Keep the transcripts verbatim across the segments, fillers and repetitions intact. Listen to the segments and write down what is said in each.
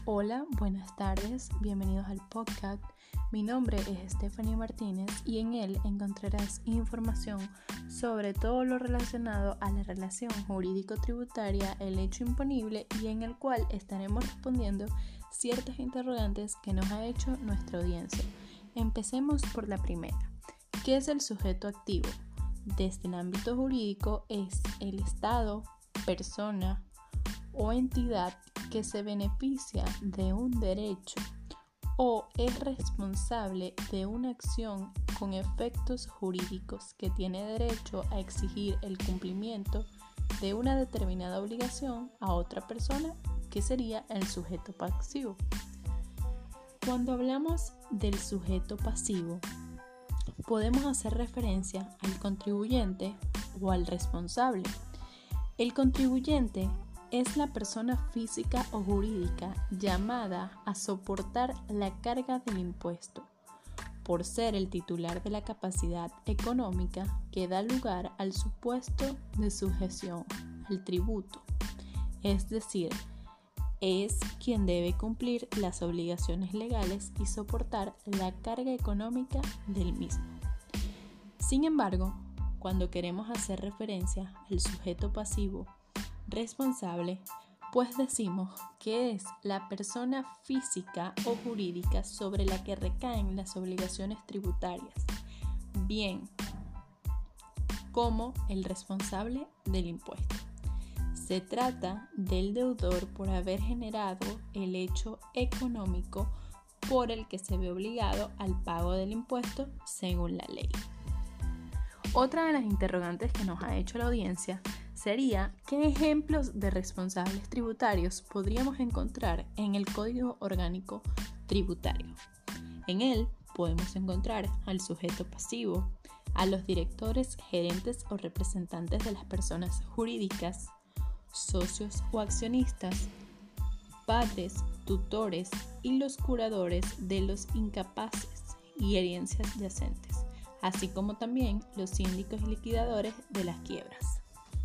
Hola, buenas tardes, bienvenidos al podcast. Mi nombre es Stephanie Martínez y en él encontrarás información sobre todo lo relacionado a la relación jurídico-tributaria, el hecho imponible y en el cual estaremos respondiendo ciertas interrogantes que nos ha hecho nuestra audiencia. Empecemos por la primera. ¿Qué es el sujeto activo? Desde el ámbito jurídico es el Estado, persona o entidad que se beneficia de un derecho o es responsable de una acción con efectos jurídicos que tiene derecho a exigir el cumplimiento de una determinada obligación a otra persona, que sería el sujeto pasivo. Cuando hablamos del sujeto pasivo, podemos hacer referencia al contribuyente o al responsable. El contribuyente es la persona física o jurídica llamada a soportar la carga del impuesto, por ser el titular de la capacidad económica que da lugar al supuesto de sujeción al tributo, es decir, es quien debe cumplir las obligaciones legales y soportar la carga económica del mismo. Sin embargo, cuando queremos hacer referencia al sujeto pasivo responsable, pues decimos que es la persona física o jurídica sobre la que recaen las obligaciones tributarias, bien como el responsable del impuesto. Se trata del deudor por haber generado el hecho económico por el que se ve obligado al pago del impuesto según la ley. Otra de las interrogantes que nos ha hecho la audiencia sería ¿qué ejemplos de responsables tributarios podríamos encontrar en el Código Orgánico Tributario? En él podemos encontrar al sujeto pasivo, a los directores, gerentes o representantes de las personas jurídicas, socios o accionistas, padres, tutores y los curadores de los incapaces y herencias yacentes, así como también los síndicos y liquidadores de las quiebras.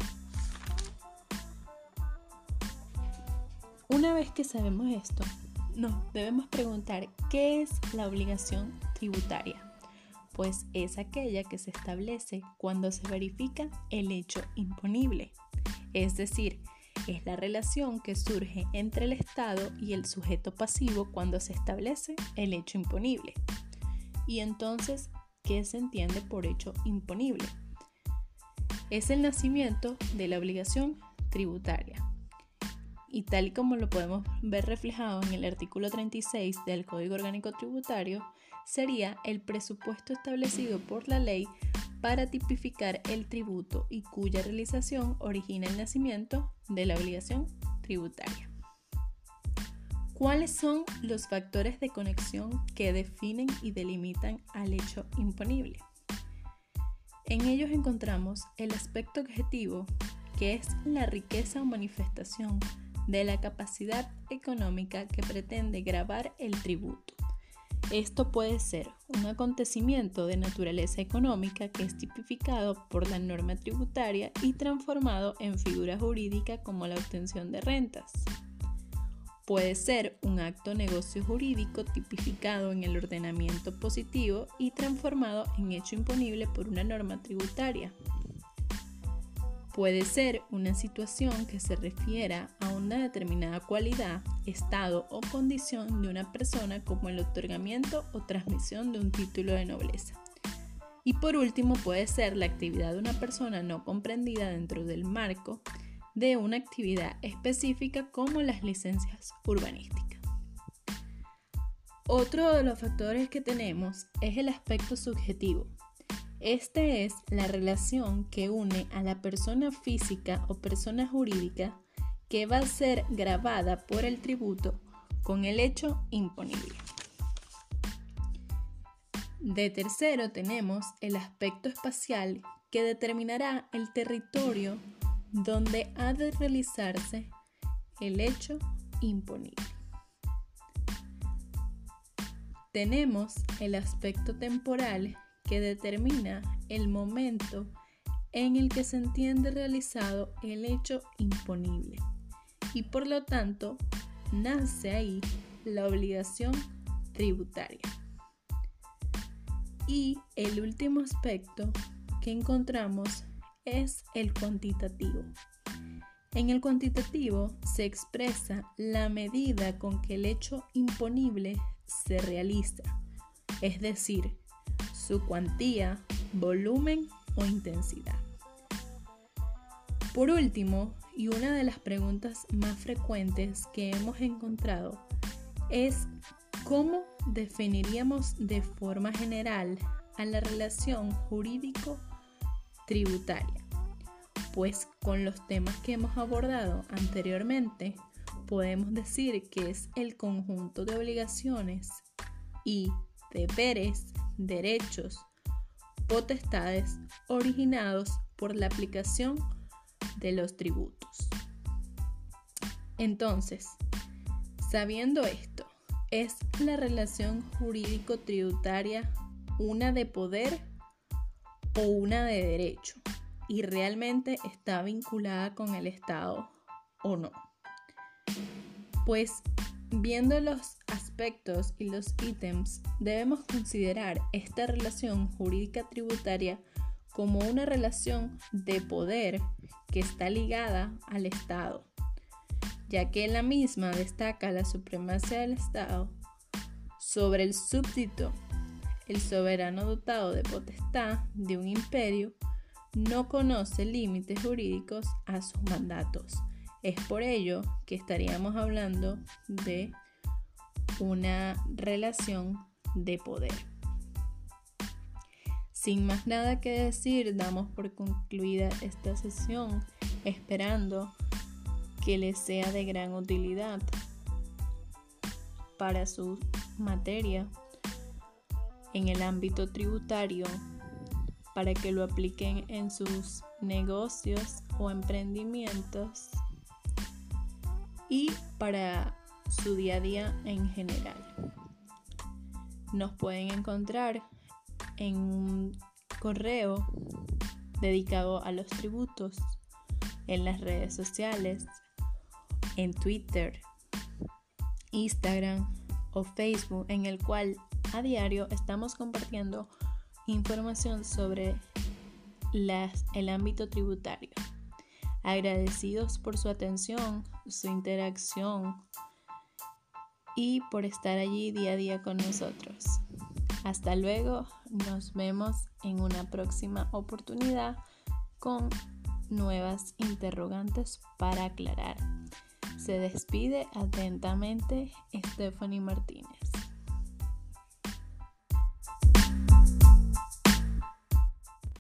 Una vez que sabemos esto, nos debemos preguntar ¿qué es la obligación tributaria? Pues es aquella que se establece cuando se verifica el hecho imponible, es decir, es la relación que surge entre el Estado y el sujeto pasivo cuando se establece el hecho imponible. Y entonces, ¿qué se entiende por hecho imponible? Es el nacimiento de la obligación tributaria. Y tal y como lo podemos ver reflejado en el artículo treinta y seis del Código Orgánico Tributario, sería el presupuesto establecido por la ley para tipificar el tributo y cuya realización origina el nacimiento de la obligación tributaria. ¿Cuáles son los factores de conexión que definen y delimitan al hecho imponible? En ellos encontramos el aspecto objetivo, que es la riqueza o manifestación de la capacidad económica que pretende gravar el tributo. Esto puede ser un acontecimiento de naturaleza económica que es tipificado por la norma tributaria y transformado en figura jurídica como la obtención de rentas. Puede ser un acto negocio jurídico tipificado en el ordenamiento positivo y transformado en hecho imponible por una norma tributaria. Puede ser una situación que se refiera a una determinada cualidad, estado o condición de una persona, como el otorgamiento o transmisión de un título de nobleza. Y por último, puede ser la actividad de una persona no comprendida dentro del marco de una actividad específica, como las licencias urbanísticas. Otro de los factores que tenemos es el aspecto subjetivo. Este es la relación que une a la persona física o persona jurídica que va a ser gravada por el tributo con el hecho imponible. De tercero tenemos el aspecto espacial, que determinará el territorio donde ha de realizarse el hecho imponible. Tenemos el aspecto temporal, que determina el momento en el que se entiende realizado el hecho imponible y por lo tanto nace ahí la obligación tributaria. Y el último aspecto que encontramos es el cuantitativo. En el cuantitativo se expresa la medida con que el hecho imponible se realiza, es decir, su cuantía, volumen o intensidad. Por último, y una de las preguntas más frecuentes que hemos encontrado es ¿cómo definiríamos de forma general a la relación jurídico-tributaria? Pues con los temas que hemos abordado anteriormente, podemos decir que es el conjunto de obligaciones y deberes, derechos, potestades originados por la aplicación de los tributos. Entonces, sabiendo esto, ¿es la relación jurídico-tributaria una de poder o una de derecho? ¿Y realmente está vinculada con el Estado o no? Pues viendo los aspectos y los ítems, debemos considerar esta relación jurídica tributaria como una relación de poder que está ligada al Estado, ya que la misma destaca la supremacía del Estado sobre el súbdito. El soberano dotado de potestad de un imperio no conoce límites jurídicos a sus mandatos. Es por ello que estaríamos hablando de una relación de poder. Sin más nada que decir, damos por concluida esta sesión, esperando que les sea de gran utilidad para su materia en el ámbito tributario, para que lo apliquen en sus negocios o emprendimientos y para su día a día en general. Nos pueden encontrar en un correo dedicado a los tributos, en las redes sociales, en Twitter, Instagram o Facebook, en el cual a diario estamos compartiendo información sobre las, el ámbito tributario. Agradecidos por su atención, su interacción y por estar allí día a día con nosotros. Hasta luego, nos vemos en una próxima oportunidad con nuevas interrogantes para aclarar. Se despide atentamente Stephanie Martínez.